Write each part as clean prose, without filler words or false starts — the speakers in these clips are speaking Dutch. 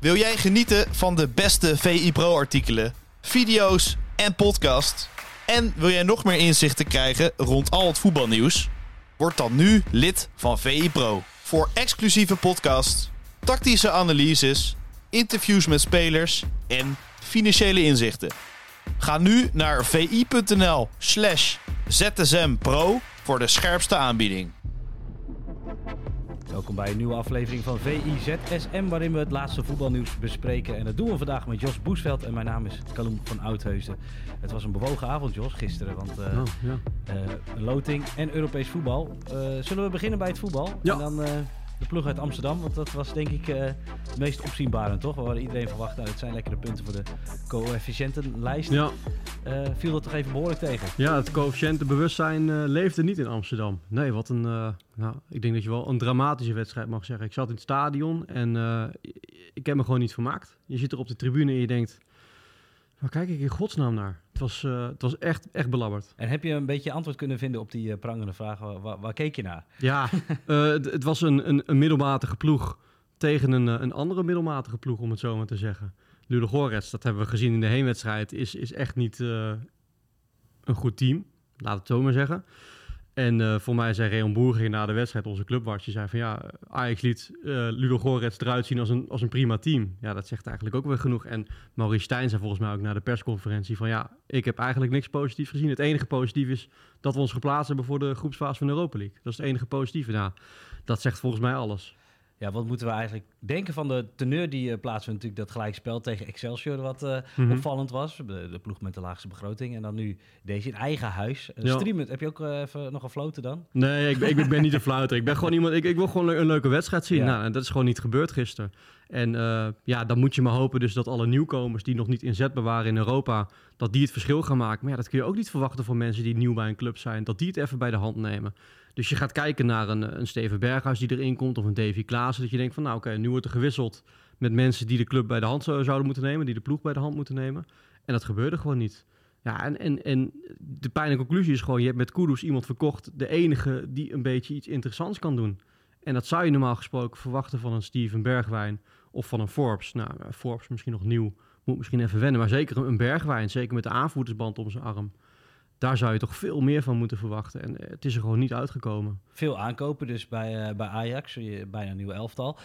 Wil jij genieten van de beste VI Pro-artikelen, video's en podcasts? En wil jij nog meer inzichten krijgen rond al het voetbalnieuws? Word dan nu lid van VI Pro. Voor exclusieve podcasts, tactische analyses, interviews met spelers en financiële inzichten. Ga nu naar vi.nl/ZSMPro voor de scherpste aanbieding. Welkom bij een nieuwe aflevering van VIZSM, waarin we het laatste voetbalnieuws bespreken. En dat doen we vandaag met Jos Boesveld en mijn naam is Kaloem van Oudheusden. Het was een bewogen avond, Jos, gisteren, want loting en Europees voetbal. Zullen we beginnen bij het voetbal? Ja. En dan de ploeg uit Amsterdam, want dat was denk ik het meest opzienbare, toch? We hadden iedereen verwacht, het zijn lekkere punten voor de coëfficiëntenlijst. Ja. Viel dat toch even behoorlijk tegen? Ja, het coëfficiëntenbewustzijn leefde niet in Amsterdam. Nee, wat een, ik denk dat je wel een dramatische wedstrijd mag zeggen. Ik zat in het stadion en ik heb me gewoon niet vermaakt. Je zit er op de tribune en je denkt, waar kijk ik in godsnaam naar? Het was echt belabberd. En heb je een beetje antwoord kunnen vinden op die prangende vraag? Waar keek je naar? Ja, het was een middelmatige ploeg tegen een andere middelmatige ploeg, om het zo maar te zeggen. Ludogorets, dat hebben we gezien in de heenwedstrijd, is echt niet een goed team. Laat het zo maar zeggen. En voor mij zei Reon Boerger na de wedstrijd, onze clubwatch, die zei van ja, Ajax liet Ludogorets eruit zien als een prima team. Ja, dat zegt eigenlijk ook weer genoeg. En Maurice Stijn zei volgens mij ook na de persconferentie van ja, ik heb eigenlijk niks positiefs gezien. Het enige positief is dat we ons geplaatst hebben voor de groepsfase van de Europa League. Dat is het enige positieve. Nou, dat zegt volgens mij alles. Ja, wat moeten we eigenlijk denken van de teneur die plaatsen we natuurlijk dat gelijkspel tegen Excelsior, wat opvallend was. De ploeg met de laagste begroting. En dan nu deze in eigen huis. Streamen, heb je ook even nog gefloten dan? Nee, ik ben niet een fluiter. Ik ben gewoon iemand. Ik wil gewoon een leuke wedstrijd zien. Ja. Nou, en dat is gewoon niet gebeurd gisteren. En dan moet je maar hopen dus dat alle nieuwkomers die nog niet inzetbaar waren in Europa, dat die het verschil gaan maken. Maar ja, dat kun je ook niet verwachten van mensen die nieuw bij een club zijn. Dat die het even bij de hand nemen. Dus je gaat kijken naar een Steven Berghuis die erin komt of een Davy Klaassen. Dat je denkt van nou oké, nu wordt er gewisseld met mensen die de club bij de hand zouden moeten nemen. Die de ploeg bij de hand moeten nemen. En dat gebeurde gewoon niet. Ja, en de pijnlijke conclusie is gewoon, je hebt met Kudus iemand verkocht. De enige die een beetje iets interessants kan doen. En dat zou je normaal gesproken verwachten van een Steven Bergwijn of van een Forbes. Nou, Forbes misschien nog nieuw, moet misschien even wennen. Maar zeker een Bergwijn, zeker met de aanvoerdersband om zijn arm. Daar zou je toch veel meer van moeten verwachten. En het is er gewoon niet uitgekomen. Veel aankopen dus bij Ajax. Bijna een nieuw elftal.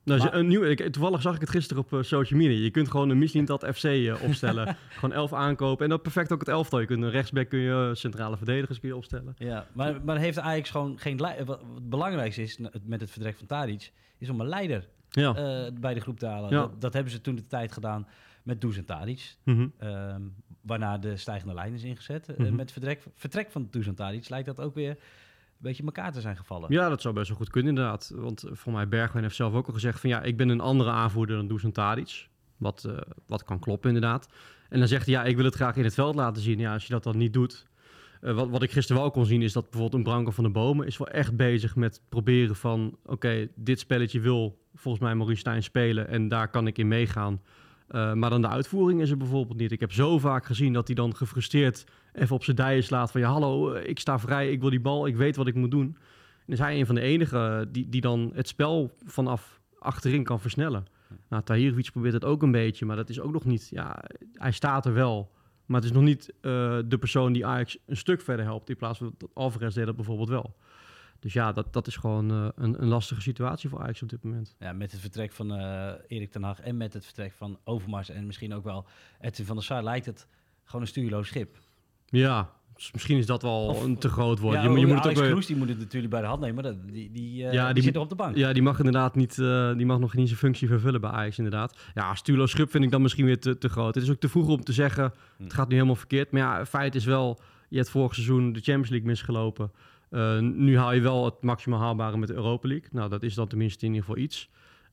Nou, toevallig zag ik het gisteren op social media. Je kunt gewoon een Michelin-Tat FC opstellen. Gewoon 11 aankopen. En dat perfect ook het elftal. Je kunt een rechtsback, centrale verdedigers kun je opstellen. Ja, maar heeft Ajax gewoon geen leider? Wat het belangrijkste is met het vertrek van Tadic, is om een leider bij de groep te halen. Ja. Dat hebben ze toen de tijd gedaan met Dusan Tadic. Mm-hmm. Waarna de stijgende lijn is ingezet. Mm-hmm. Met het vertrek van Dusan Tadic lijkt dat ook weer een beetje in elkaar te zijn gevallen. Ja, dat zou best wel goed kunnen inderdaad. Want voor mij Bergwijn heeft zelf ook al gezegd van ja, ik ben een andere aanvoerder dan Dusan Tadic. Wat kan kloppen inderdaad. En dan zegt hij ja, ik wil het graag in het veld laten zien. Ja, als je dat dan niet doet. Wat ik gisteren wel kon zien is dat bijvoorbeeld een Branko van der Bomen is wel echt bezig met proberen van oké, dit spelletje wil volgens mij Maurice Stijn spelen en daar kan ik in meegaan. Maar dan de uitvoering is er bijvoorbeeld niet. Ik heb zo vaak gezien dat hij dan gefrustreerd even op zijn dijen slaat van ja, hallo, ik sta vrij, ik wil die bal, ik weet wat ik moet doen. En is hij een van de enigen die dan het spel vanaf achterin kan versnellen. Nou, Tahirovic probeert het ook een beetje, maar dat is ook nog niet. Ja, hij staat er wel, maar het is nog niet de persoon die Ajax een stuk verder helpt. In plaats van Alvarez deed dat bijvoorbeeld wel. Dus ja, dat is gewoon een lastige situatie voor Ajax op dit moment. Ja, met het vertrek van Erik ten Hag en met het vertrek van Overmars en misschien ook wel Edwin van der Sar lijkt het gewoon een stuurloos schip. Ja, misschien is dat wel een te groot woord. Ja, je moet Alex Kroes, die moet het natuurlijk bij de hand nemen, maar die zit er op de bank. Ja, die mag inderdaad niet, die mag nog niet zijn functie vervullen bij Ajax inderdaad. Ja, stuurloos schip vind ik dan misschien weer te groot. Het is ook te vroeg om te zeggen, het gaat nu helemaal verkeerd. Maar ja, feit is wel, je hebt vorig seizoen de Champions League misgelopen. Nu haal je wel het maximaal haalbare met de Europa League. Nou, dat is dan tenminste in ieder geval iets.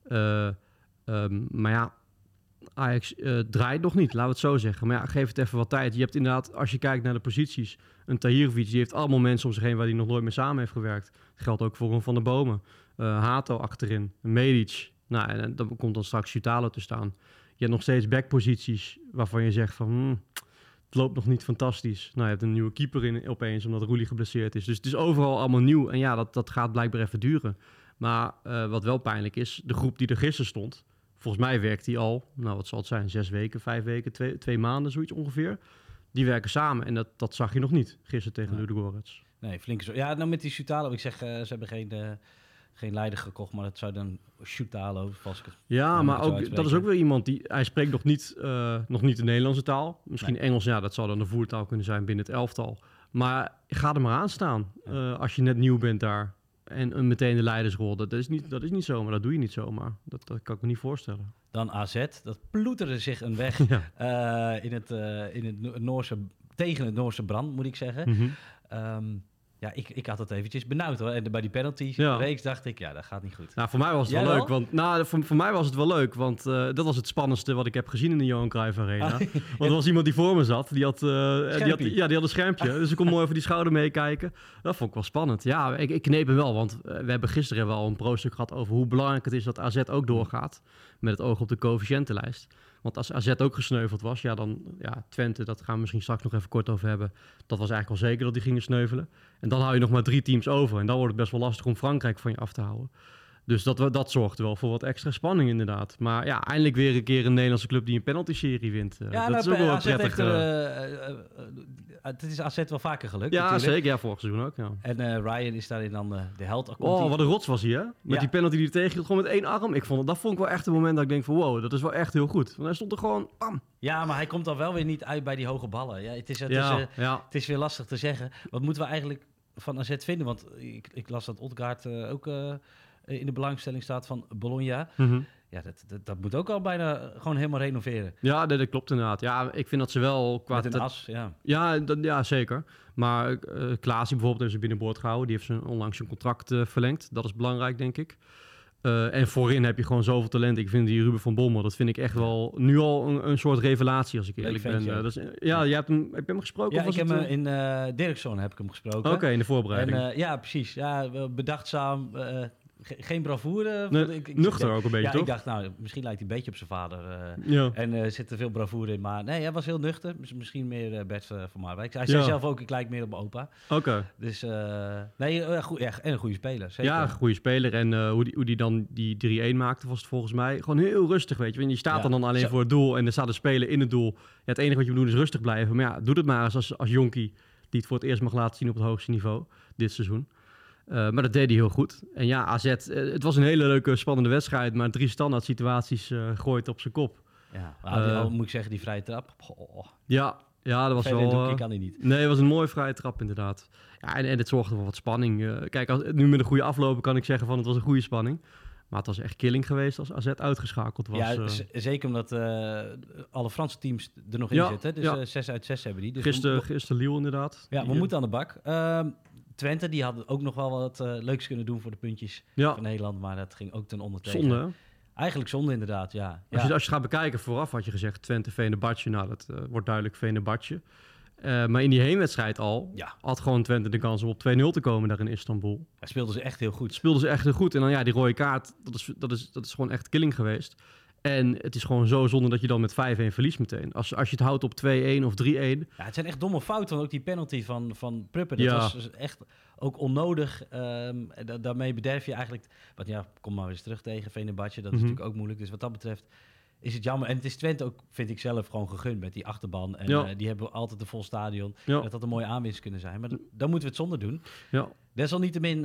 Maar ja, Ajax draait nog niet, laten we het zo zeggen. Maar ja, geef het even wat tijd. Je hebt inderdaad, als je kijkt naar de posities, een Tahirovic, die heeft allemaal mensen om zich heen waar hij nog nooit mee samen heeft gewerkt. Dat geldt ook voor een Van der Bomen. Hato achterin, Medic. Nou, en dan komt dan straks Jutalo te staan. Je hebt nog steeds backposities waarvan je zegt van het loopt nog niet fantastisch. Nou, je hebt een nieuwe keeper in opeens, omdat Roelie geblesseerd is. Dus het is overal allemaal nieuw. En ja, dat gaat blijkbaar even duren. Maar wat wel pijnlijk is, de groep die er gisteren stond, Volgens mij werkt hij al, wat zal het zijn, 6 weken, 5 weken, 2 maanden, zoiets ongeveer. Die werken samen en dat zag je nog niet gisteren tegen Ludogorets. Nee, flinke zo. Ja, nou met die Soutalo, ik zeg, ze hebben geen leider gekocht, maar dat zou dan Soutalo vast. Ja, maar ook, dat is ook weer iemand hij spreekt nog niet de Nederlandse taal. Misschien Engels, dat zou dan de voertaal kunnen zijn binnen het elftal. Maar ga er maar aan staan als je net nieuw bent daar. En meteen de leidersrol. Dat is niet zomaar, dat doe je niet zomaar. Dat kan ik me niet voorstellen. Dan AZ, dat ploeterde zich een weg in het Noorse, tegen het Noorse brand, moet ik zeggen. Mm-hmm. Ik had het eventjes benauwd hoor. En bij die penalties reeks dacht ik, dat gaat niet goed. Nou, voor mij was het wel leuk. Want, voor mij was het wel leuk, want dat was het spannendste wat ik heb gezien in de Johan Cruijff Arena. Want er was iemand die voor me zat, die had een schermpje. Dus ik kon mooi over die schouder meekijken. Dat vond ik wel spannend. Ja, ik kneep hem wel, want we hebben gisteren wel een pro-stuk gehad over hoe belangrijk het is dat AZ ook doorgaat. Met het oog op de coëfficiëntenlijst. Want als AZ ook gesneuveld was, Twente, dat gaan we misschien straks nog even kort over hebben. Dat was eigenlijk al zeker dat die gingen sneuvelen. En dan hou je nog maar 3 teams over. En dan wordt het best wel lastig om Frankrijk van je af te houden. Dus dat zorgt wel voor wat extra spanning inderdaad. Maar eindelijk weer een keer een Nederlandse club die een penalty-serie wint. Dat is ook wel prettig. Het is AZ wel vaker gelukt. Ja, natuurlijk. zeker. Ja, vorig seizoen ook. Ja. En Ryan is daarin dan de held. Wat een rots was hij, hè? Met die penalty die hij tegenhield, gewoon met 1 arm. Dat vond ik wel echt een moment dat ik denk van wow, dat is wel echt heel goed. Want hij stond er gewoon, bam. Ja, maar hij komt dan wel weer niet uit bij die hoge ballen. Ja, het is weer lastig te zeggen. Wat moeten we eigenlijk van AZ vinden? Want ik las dat Odgaard ook in de belangstelling staat van Bologna. Mm-hmm. Ja, dat moet ook al bijna gewoon helemaal renoveren. Ja, dat klopt inderdaad. Ja, ik vind dat ze wel met een as, ja. Ja, zeker. Maar Klaasie bijvoorbeeld heeft ze binnenboord gehouden. Die heeft onlangs zijn contract verlengd. Dat is belangrijk, denk ik. En voorin heb je gewoon zoveel talent. Ik vind die Ruben van Bommel, dat vind ik echt wel nu al een soort revelatie, als ik eerlijk ben. Heb je hem gesproken? Ja, ik heb hem in Dirkson heb ik hem gesproken. Oké, in de voorbereiding. En, precies. Ja, bedachtzaam. Geen bravoure. Nuchter ook een beetje, toch? Ik dacht, misschien lijkt hij een beetje op zijn vader. En zit er veel bravoure in. Maar nee, hij was heel nuchter. Misschien meer Bert van Marwijk. Hij zei zelf ook, ik lijk meer op mijn opa. Oké. Dus, goed, en een goede speler. Zeker. Ja, een goede speler. En hoe die dan die 3-1 maakte, was het volgens mij gewoon heel rustig, weet je. Want je staat dan alleen voor het doel en er staat een speler in het doel. Ja, het enige wat je moet doen is rustig blijven. Maar doe het maar eens als jonkie die het voor het eerst mag laten zien op het hoogste niveau dit seizoen. Maar dat deed hij heel goed. En AZ, het was een hele leuke, spannende wedstrijd. Maar 3 standaard situaties gooit op zijn kop. Ja, moet ik zeggen, die vrije trap. Ja, dat was wel... kan hij niet. Nee, het was een mooie vrije trap inderdaad. Ja, en het zorgde voor wat spanning. Kijk, nu met een goede aflopen kan ik zeggen van het was een goede spanning. Maar het was echt killing geweest als AZ uitgeschakeld was. Ja, zeker omdat alle Franse teams er nog in zitten. Dus 6 uit 6 hebben die. Dus gisteren Lille inderdaad. Ja, we moeten aan de bak. Twente, die hadden ook nog wel wat leuks kunnen doen voor de puntjes van Nederland. Maar dat ging ook ten onder tegen. Zonde, hè? Eigenlijk zonde inderdaad, ja. Als je het gaat bekijken, vooraf had je gezegd Twente, Fenerbahce. Nou, dat wordt duidelijk Fenerbahce. Maar in die heenwedstrijd had gewoon Twente de kans om op 2-0 te komen daar in Istanbul. Ja, speelden ze echt heel goed. En dan die rode kaart, dat is gewoon echt killing geweest. En het is gewoon zo zonde dat je dan met 5-1 verliest meteen. Als je het houdt op 2-1 of 3-1. Ja, het zijn echt domme fouten. Ook die penalty van Pruppen. Dat was dus echt ook onnodig. Daarmee bederf je eigenlijk... kom maar eens terug tegen Fenerbahce. Dat is natuurlijk ook moeilijk. Dus wat dat betreft is het jammer. En het is Twente ook, vind ik zelf, gewoon gegund met die achterban. En die hebben altijd een vol stadion. Ja. Dat had een mooie aanwinst kunnen zijn. Maar dan moeten we het zonder doen. Ja. Desalniettemin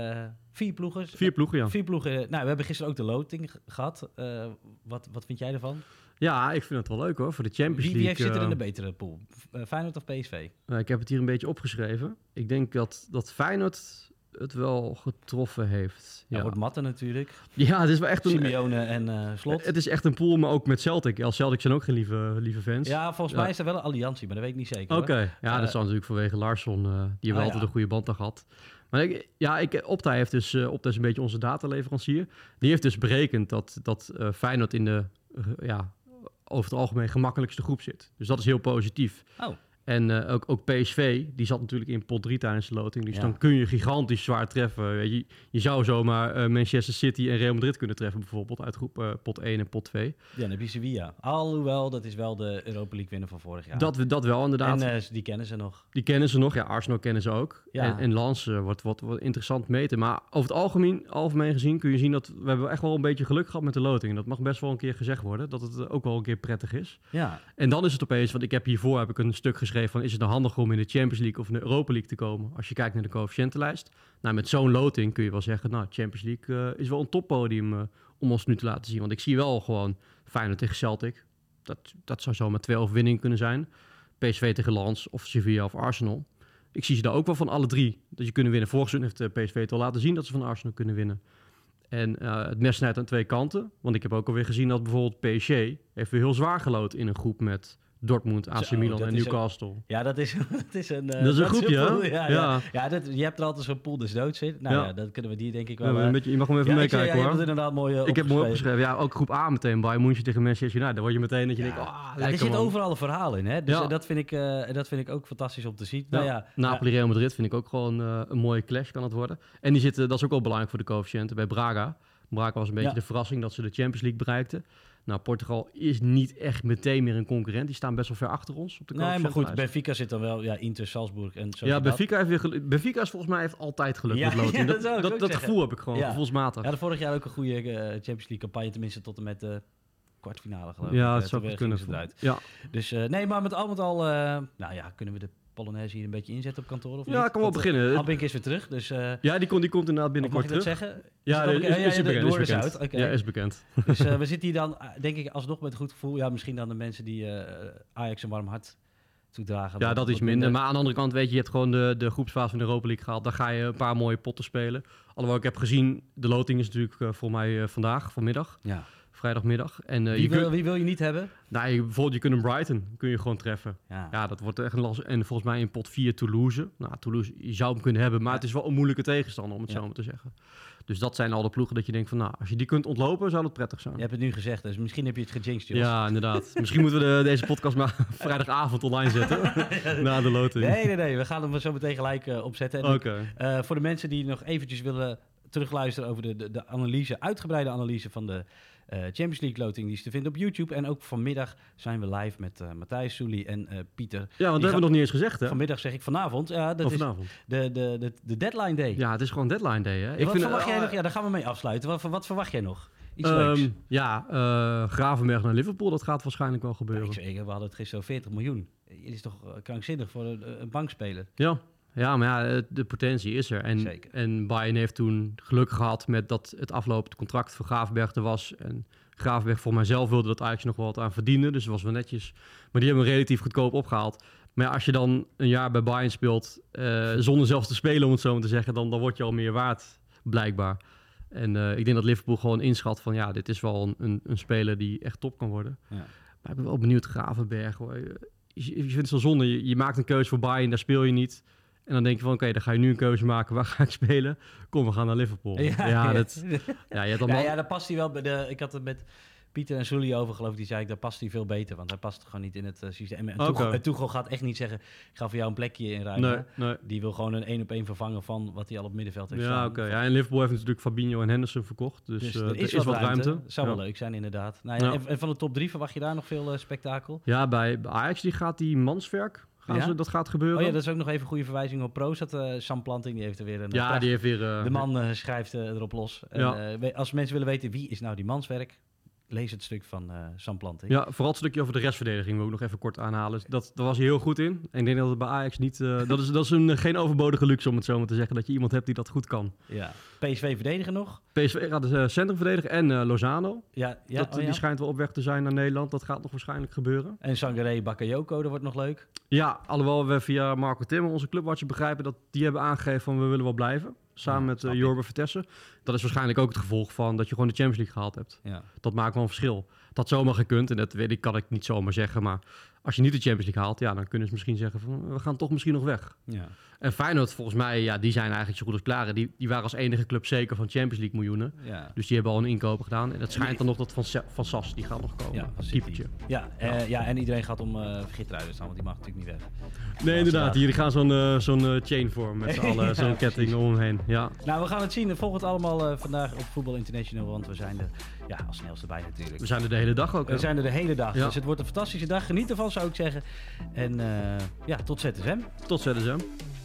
4 ploegen. 4 ploegen, ja. 4 ploegen. Nou, we hebben gisteren ook de loting gehad. Wat vind jij ervan? Ja, ik vind het wel leuk hoor, voor de Champions League. Wie zit er in de betere pool? Feyenoord of PSV? Ik heb het hier een beetje opgeschreven. Ik denk dat Feyenoord het wel getroffen heeft. Ja, wordt Matten natuurlijk. Ja, het is wel echt een... Simeone en Slot. Het is echt een pool, maar ook met Celtic. Celtic zijn ook geen lieve fans. Ja, volgens mij is er wel een alliantie, maar dat weet ik niet zeker. Oké. Ja, dat zou natuurlijk vanwege Larsson. Die hebben altijd een goede band daar gehad. Maar Opta heeft dus... Opta is een beetje onze dataleverancier. Die heeft dus berekend dat Feyenoord in de... over het algemeen gemakkelijkste groep zit. Dus dat is heel positief. Oh. En ook PSV, die zat natuurlijk in pot 3 tijdens de loting. Dus Ja. dan kun je gigantisch zwaar treffen. Weet je zou zomaar Manchester City en Real Madrid kunnen treffen bijvoorbeeld uit groep pot 1 en pot 2. Ja, dan heb je Sevilla. Alhoewel, dat is wel de Europa League winnaar van vorig jaar. Dat wel inderdaad. En die kennen ze nog. Die kennen ze nog. Ja, Arsenal kennen ze ook. Ja. En Lens wordt interessant meten. Maar over het algemeen gezien kun je zien dat we hebben echt wel een beetje geluk gehad met de loting. En dat mag best wel een keer gezegd worden. Dat het ook wel een keer prettig is. Ja. En dan is het opeens, want hiervoor heb ik een stuk geschreven van is het nou handig om in de Champions League of in de Europa League te komen? Als je kijkt naar de coëfficiëntenlijst. Nou, met zo'n loting kun je wel zeggen, nou, Champions League is wel een toppodium om ons nu te laten zien. Want ik zie wel gewoon Feyenoord tegen Celtic. Dat zou zomaar 2 overwinningen kunnen zijn. PSV tegen Lens of Sevilla of Arsenal. Ik zie ze daar ook wel van alle 3 dat je kunnen winnen. Vorig seizoen heeft PSV het al laten zien dat ze van Arsenal kunnen winnen. En het mes snijdt aan 2 kanten. Want ik heb ook alweer gezien dat bijvoorbeeld PSG heeft weer heel zwaar geloot in een groep met Dortmund, AC Milan en Newcastle. Ja, dat is een groepje, hè? pool. Ja. Je hebt er altijd zo'n pool des doods in. Nou ja, dat kunnen we die denk ik wel... je mag hem even meekijken, hoor. Je hebt het inderdaad mooi ik heb mooi opgeschreven. Ja, ook groep A meteen. Bayern München tegen Manchester United. Dan word je meteen dat je denkt, lekker, er zit man. overal een verhaal in, hè? Dus dat vind ik ook fantastisch om te zien. Napoli-Real Madrid vind ik ook gewoon een mooie clash kan het worden. En die zitten, dat is ook wel belangrijk voor de coëfficiënten, bij Braga. Braga was een beetje de verrassing dat ze de Champions League bereikten. Nou, Portugal is niet echt meteen meer een concurrent. Die staan best wel ver achter ons op de coëfficiëntenlijst. Nee, maar goed, Benfica zit dan wel, Inter, Salzburg en zo. Ja, Benfica is volgens mij altijd geluk met loting. Dat gevoel heb ik gewoon, gevoelsmatig. Ja, de vorig jaar ook een goede Champions League campagne, tenminste tot en met de kwartfinale geloof ik. Ja, dat zou ik kunnen. Ja. Dus nee, maar met al kunnen we de Polonaise hier een beetje inzetten op kantoor of niet? Ja, kan wel beginnen. Abink is weer terug, dus... ja, die komt inderdaad binnenkort terug. Mag je dat zeggen? Ja, is bekend. Okay. Ja, is bekend. Dus we zitten hier dan, denk ik, alsnog met een goed gevoel. Ja, misschien dan de mensen die Ajax een warm hart toedragen. Ja, dat is minder. Maar aan de andere kant, weet je hebt gewoon de groepsfase van de Europa League gehaald. Daar ga je een paar mooie potten spelen. Alhoewel ik heb gezien, de loting is natuurlijk voor mij vanmiddag. Ja. Vrijdagmiddag. En, wie wil je niet hebben? Nou, bijvoorbeeld, je kunt een Brighton kun je gewoon treffen. Ja, dat wordt echt een last. En volgens mij in pot 4 Toulouse. Nou, Toulouse, je zou hem kunnen hebben, maar het is wel een moeilijke tegenstander, om het zo maar te zeggen. Dus dat zijn al de ploegen dat je denkt van, nou, als je die kunt ontlopen, zou dat prettig zijn. Je hebt het nu gezegd, dus misschien heb je het gejinxed, Jos. Ja, inderdaad. Misschien moeten we deze podcast maar vrijdagavond online zetten. Na de loting. Nee. We gaan hem zo meteen gelijk opzetten. Oké. Voor de mensen die nog eventjes willen terugluisteren over de analyse, uitgebreide analyse van de Champions League loting, die is te vinden op YouTube. En ook vanmiddag zijn we live met Matthijs, Soelie en Pieter. Ja, want dat hebben we nog niet eens gezegd, hè? Vanmiddag zeg ik vanavond. Ja, dat vanavond. is de deadline day. Ja, het is gewoon deadline day, hè? Wat verwacht jij nog? Ja, daar gaan we mee afsluiten. Wat verwacht jij nog? Iets leuks? Ja, Gravenberch naar Liverpool, dat gaat waarschijnlijk wel gebeuren. We hadden het gisteren over 40 miljoen. Het is toch krankzinnig voor een bankspeler? Ja, maar ja, de potentie is er. En Bayern heeft toen geluk gehad met dat het aflopend contract voor Gravenberch er was. En Gravenberch voor mijzelf wilde dat Ajax nog wel wat aan verdienen. Dus dat was wel netjes. Maar die hebben hem relatief goedkoop opgehaald. Maar ja, als je dan een jaar bij Bayern speelt, zonder zelfs te spelen, om het zo maar te zeggen, dan word je al meer waard, blijkbaar. En ik denk dat Liverpool gewoon inschat van, ja, dit is wel een speler die echt top kan worden. Ja. Maar ik ben wel benieuwd, Gravenberch. Hoor. Je vindt het zo zonde. Je maakt een keuze voor Bayern, daar speel je niet. En dan denk je van, oké, dan ga je nu een keuze maken. Waar ga ik spelen? Kom, we gaan naar Liverpool. Daar past hij wel bij ik had het met Pieter en Sully over, geloof ik. Die zei ik, daar past hij veel beter. Want hij past gewoon niet in het systeem. En Tuchel gaat echt niet zeggen, ik ga voor jou een plekje inruimen. Nee. Die wil gewoon een 1-op-1 vervangen van wat hij al op middenveld heeft staan. Ja, en Liverpool heeft natuurlijk Fabinho en Henderson verkocht. Dus er is wat ruimte. Dat zou wel leuk zijn, inderdaad. Nou, ja. En van de top 3 verwacht je daar nog veel spektakel? Ja, bij Ajax gaat die Manswerk. Dat gaat gebeuren. Oh ja, dat is ook nog even een goede verwijzing op Pro. Sam Planting, die heeft er weer een... die heeft weer... de man schrijft erop los. En, als mensen willen weten wie is nou die Manswerk, lees het stuk van Sam Planting. Ja, vooral het stukje over de restverdediging wil ik nog even kort aanhalen. Dat was hij heel goed in. En ik denk dat het bij Ajax niet... dat is geen overbodige luxe, om het zo maar te zeggen, dat je iemand hebt die dat goed kan. Ja. PSV verdedigen nog? PSV gaat de centrum verdedigen en Lozano. Die schijnt wel op weg te zijn naar Nederland. Dat gaat nog waarschijnlijk gebeuren. En Sangaré, Bakayoko, dat wordt nog leuk. Ja, alhoewel we via Marco Timmer, onze clubwatcher, begrijpen dat die hebben aangegeven van we willen wel blijven. Samen met Jorbe Vertessen. Dat is waarschijnlijk ook het gevolg van dat je gewoon de Champions League gehaald hebt. Ja. Dat maakt wel een verschil. Dat zomaar gekund, en dat weet ik, kan ik niet zomaar zeggen. Maar als je niet de Champions League haalt, ja, dan kunnen ze misschien zeggen van we gaan toch misschien nog weg. Ja. En Feyenoord, volgens mij, ja, die zijn eigenlijk zo goed als klaar. Die waren als enige club zeker van Champions League, miljoenen. Ja. Dus die hebben al een inkopen gedaan. En het schijnt dan nog dat van Sas, die gaat nog komen. Ja, van City. Keepertje. Ja, en iedereen gaat om Geertruiden staan, want die mag natuurlijk niet weg. Nee, inderdaad. Hier gaan zo'n chain vormen met z'n allen. Zo'n ketting om hem heen. Ja. Nou, we gaan het zien. Volg het allemaal vandaag op Voetbal International, want we zijn er als snelste bij natuurlijk. We zijn er de hele dag ook. We zijn er de hele dag. Ja. Dus het wordt een fantastische dag. Geniet ervan, zou ik zeggen. En tot ZSM. Tot ZSM.